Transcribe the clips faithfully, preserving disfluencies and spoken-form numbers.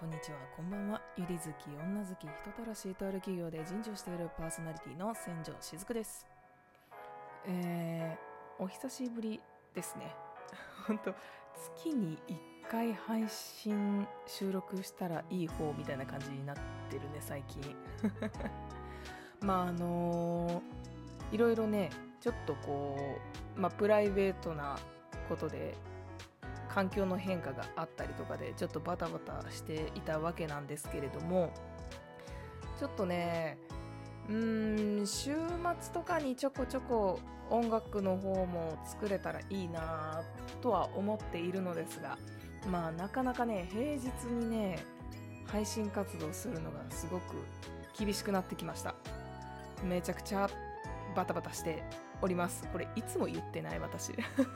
こんにちは、こんばんは。ゆり好き、女好き、人たらしとある企業で人事をしているパーソナリティの千条しずくです。えー、お久しぶりですね。ほんと、月にいっかい配信収録したらいい方みたいな感じになってるね、最近。まああのー、いろいろね、ちょっとこう、まあプライベートなことで、環境の変化があったりとかでちょっとバタバタしていたわけなんですけれども、ちょっとねうーん週末とかにちょこちょこ音楽の方も作れたらいいなとは思っているのですが、まあなかなかね平日にね配信活動するのがすごく厳しくなってきました。めちゃくちゃバタバタしております。これいつも言ってない私。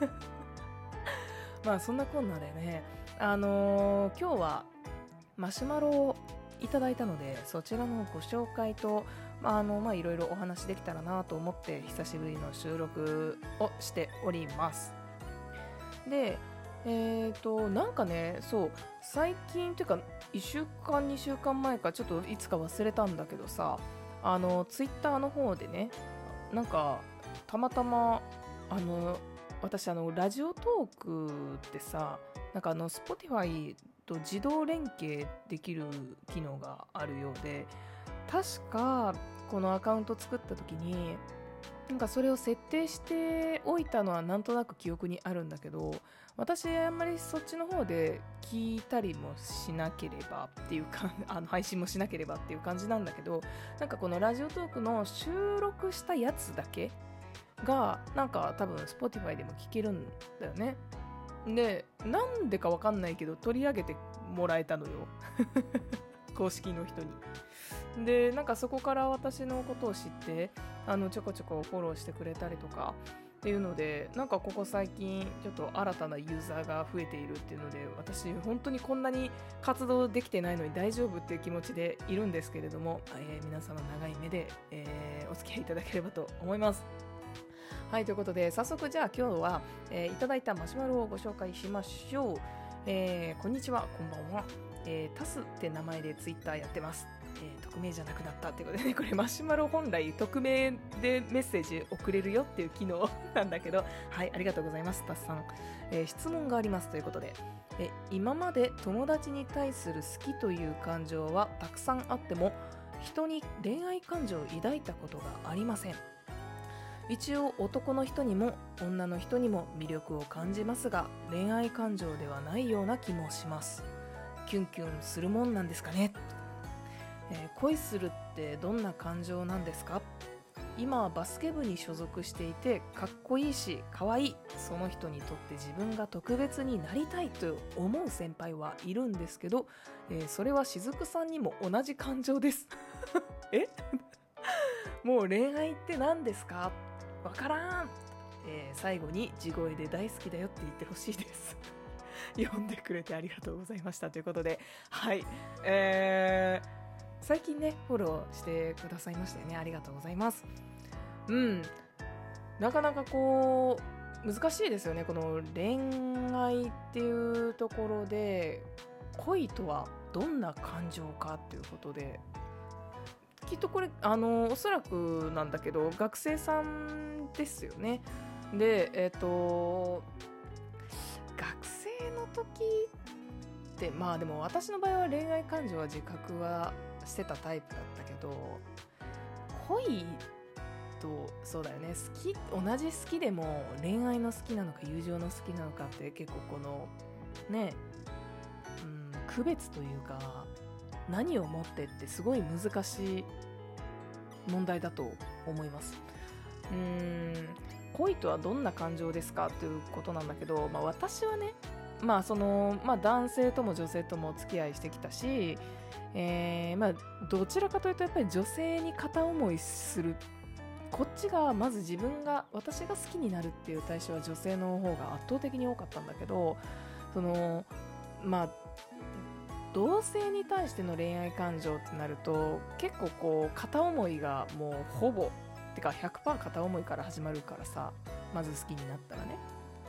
まあそんなこんなでね、あのー、今日はマシュマロをいただいたので、そちらのご紹介と、まああのまあいろいろお話できたらなと思って久しぶりの収録をしております。で、えーとなんかね、そう最近というかいっしゅうかんにしゅうかんまえかちょっといつか忘れたんだけどさ、あのツイッターの方でね、なんかたまたまあの私あのラジオトークってさ、なんかあの Spotify と自動連携できる機能があるようで、確かこのアカウント作った時になんかそれを設定しておいたのはなんとなく記憶にあるんだけど、私あんまりそっちの方で聞いたりもしなければっていうかあの配信もしなければっていう感じなんだけど、なんかこのラジオトークの収録したやつだけがなんか多分 Spotify でも聞けるんだよね。で、なんでかわかんないけど取り上げてもらえたのよ。公式の人に。で、なんかそこから私のことを知ってあのちょこちょこフォローしてくれたりとかっていうので、なんかここ最近ちょっと新たなユーザーが増えているっていうので、私本当にこんなに活動できてないのに大丈夫っていう気持ちでいるんですけれども、えー、皆様長い目で、えー、お付き合いいただければと思います。はい、ということで早速じゃあ今日は、えー、いただいたマシュマロをご紹介しましょう。えー、こんにちは、こんばんは。えー、タスって名前でツイッターやってます。えー、匿名じゃなくなったってことでね、これマシュマロ本来匿名でメッセージ送れるよっていう機能なんだけど、はい、ありがとうございます、タスさん。えー、質問がありますということで、え今まで友達に対する好きという感情はたくさんあっても、人に恋愛感情を抱いたことがありません。一応男の人にも女の人にも魅力を感じますが、恋愛感情ではないような気もします。キュンキュンするもんなんですかね。えー恋するってどんな感情なんですか？今はバスケ部に所属していてかっこいいし可愛い、その人にとって自分が特別になりたいと思う先輩はいるんですけど、えーそれはしずくさんにも同じ感情です。えもう恋愛って何ですか？わからん、えー最後に地声で大好きだよって言ってほしいです。読んでくれてありがとうございましたということで、はい、えー、最近ねフォローしてくださいましたよね。ありがとうございます。うん、なかなかこう難しいですよね、この恋愛っていうところで。恋とはどんな感情かっていうことで、きっとこれあのおそらくなんだけど学生さんですよね。で、えっ、と学生の時ってまあでも私の場合は恋愛感情は自覚はしてたタイプだったけど、恋とそうだよね、好き同じ好きでも恋愛の好きなのか友情の好きなのかって結構このね、うん、区別というか何をもってってすごい難しい問題だと思います。うーん恋とはどんな感情ですかということなんだけど、まあ、私はね、まあそのまあ、男性とも女性ともお付き合いしてきたし、えーまあ、どちらかというとやっぱり女性に片思いする、こっちがまず自分が私が好きになるっていう対象は女性の方が圧倒的に多かったんだけど、そのまあ同性に対しての恋愛感情ってなると結構こう片思いがもうほぼてか ひゃくパーセント 片思いから始まるからさ、まず好きになったらね。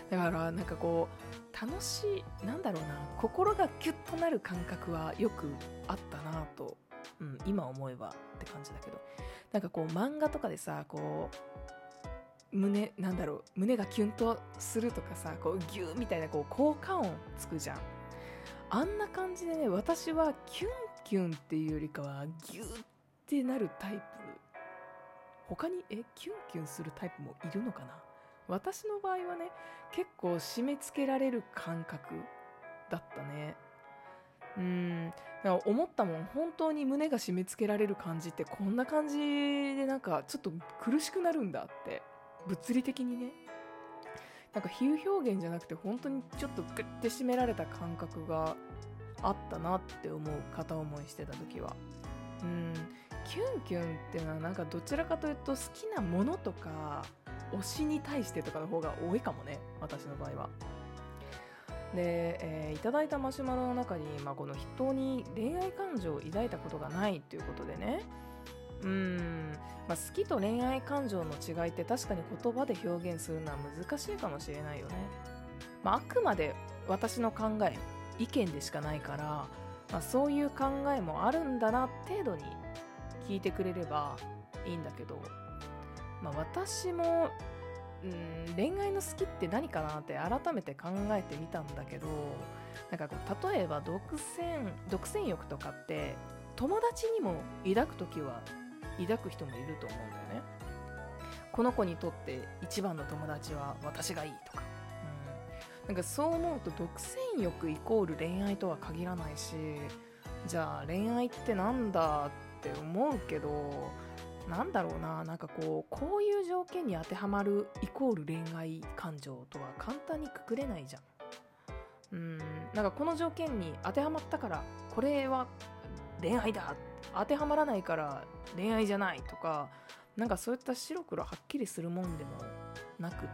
だからなんかこう楽しい、なんだろうな、心がキュッとなる感覚はよくあったなと、うん、今思えばって感じだけど、なんかこう漫画とかでさ、こう胸なんだろう胸がキュンとするとかさ、こうギューみたいなこう効果音つくじゃん。あんな感じでね、私はキュンキュンっていうよりかはギューってなるタイプ。他にえキュンキュンするタイプもいるのかな。私の場合はね、結構締め付けられる感覚だったね。うーん、だから思ったもん、本当に胸が締め付けられる感じってこんな感じで、なんかちょっと苦しくなるんだって、物理的にね。なんか比喩表現じゃなくて本当にちょっとグッて締められた感覚があったなって思う、片思いしてた時は。うん、キュンキュンっていうのはなんかどちらかというと好きなものとか推しに対してとかの方が多いかもね、私の場合は。で、えーいただいたマシュマロの中に、まあ、この人に恋愛感情を抱いたことがないということでね、うーん、まあ、好きと恋愛感情の違いって確かに言葉で表現するのは難しいかもしれないよね。まあ、あくまで私の考え、意見でしかないから、まあ、そういう考えもあるんだな程度に聞いてくれればいいんだけど、まあ、私もうん恋愛の好きって何かなって改めて考えてみたんだけど、なんかこう例えば独占独占欲とかって友達にも抱くときは抱く人もいると思うんだよね。この子にとって一番の友達は私がいいとか、うん、なんかそう思うと独占欲イコール恋愛とは限らないし、じゃあ恋愛ってなんだって思うけど、なんだろうな、なんかこうこういう条件に当てはまるイコール恋愛感情とは簡単にくくれないじゃん。うん、なんかこの条件に当てはまったからこれは恋愛だ、当てはまらないから恋愛じゃないとか、なんかそういった白黒はっきりするもんでもなくって、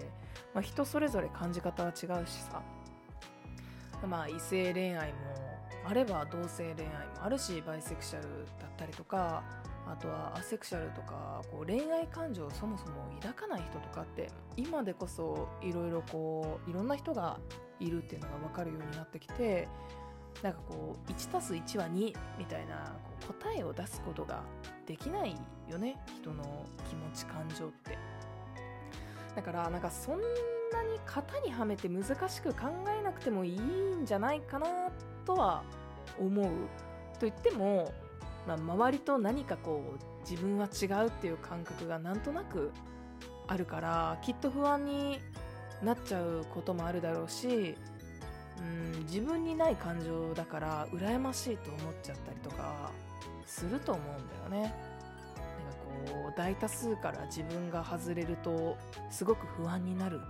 まあ、人それぞれ感じ方は違うしさ、まあ異性恋愛もあれば同性恋愛もあるし、バイセクシャルだったりとか、あとはアセクシャルとか、こう恋愛感情をそもそも抱かない人とかって今でこそいろいろこういろんな人がいるっていうのが分かるようになってきて、なんかこう いちたすいち はにみたいなこう答えを出すことができないよね、人の気持ち感情って。だからなんかそんなに型にはめて難しく考えなくてもいいんじゃないかなとは思う。と言っても、まあ、周りと何かこう自分は違うっていう感覚がなんとなくあるから、きっと不安になっちゃうこともあるだろうし、うん、自分にない感情だから羨ましいと思っちゃったりとかすると思うんだよね。なんかこう大多数から自分が外れるとすごく不安になるって、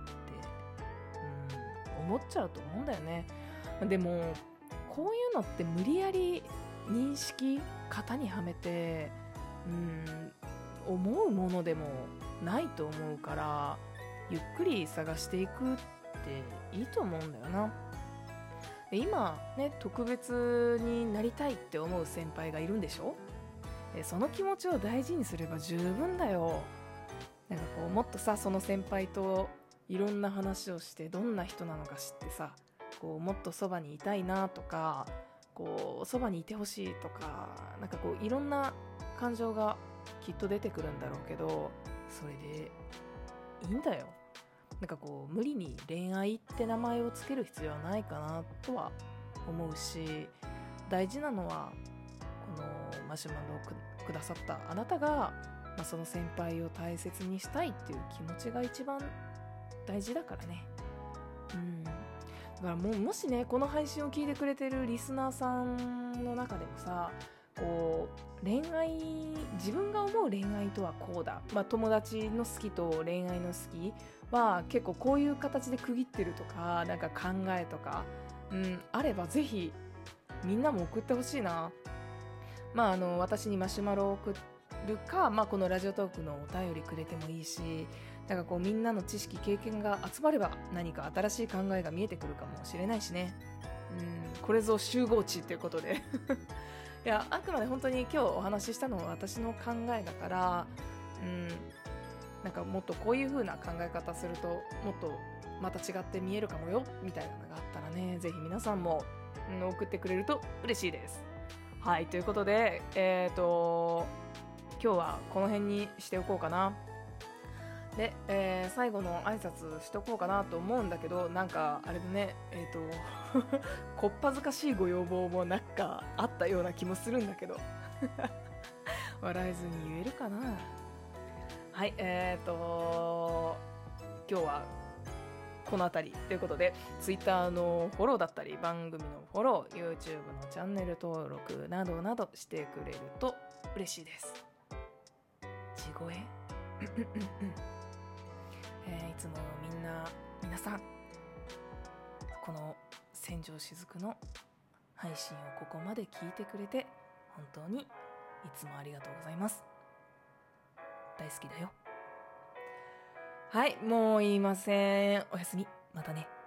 うん、思っちゃうと思うんだよね。でもこういうのって無理やり認識型にはめて、うん、思うものでもないと思うから、ゆっくり探していくっていいと思うんだよな。で今ね、特別になりたいって思う先輩がいるんでしょ。でその気持ちを大事にすれば十分だよ。なんかこうもっとさ、その先輩といろんな話をしてどんな人なのか知ってさ、こうもっとそばにいたいなとか、こうそばにいてほしいとか、なんかこういろんな感情がきっと出てくるんだろうけど、それでいいんだよ。なんかこう無理に恋愛って名前をつける必要はないかなとは思うし、大事なのはこのマシュマロを く, くださったあなたが、まあ、その先輩を大切にしたいっていう気持ちが一番大事だからね。うんだからもうもしね、この配信を聞いてくれてるリスナーさんの中でもさ、こう恋愛、自分が思う恋愛とはこうだ、まあ、友達の好きと恋愛の好きは結構こういう形で区切ってるとか、なんか考えとか、うん、あればぜひみんなも送ってほしいな。まああの私にマシュマロを送るか、まあ、このラジオトークのお便りくれてもいいし、なんかこうみんなの知識経験が集まれば何か新しい考えが見えてくるかもしれないしね。うんこれぞ集合値っていうことでいや、あくまで本当に今日お話ししたのは私の考えだから、うんなんかもっとこういう風な考え方するともっとまた違って見えるかもよみたいなのがあったらね、ぜひ皆さんも、うん、送ってくれると嬉しいです。はい、ということでえっと今日はこの辺にしておこうかな。で、えー最後の挨拶しとこうかなと思うんだけど、なんかあれだね、えっ、とこっぱずかしいご要望もなんかあったような気もするんだけど笑えずに言えるかな。はい、えっ、と今日はこの辺りということで、Twitter のフォローだったり番組のフォロー、 YouTube のチャンネル登録などなどしてくれると嬉しいです。地声えーいつもみんな皆さんこの千条しずくの配信をここまで聞いてくれて本当にいつもありがとうございます。大好きだよ。はい、もう言いません。おやすみ。またね。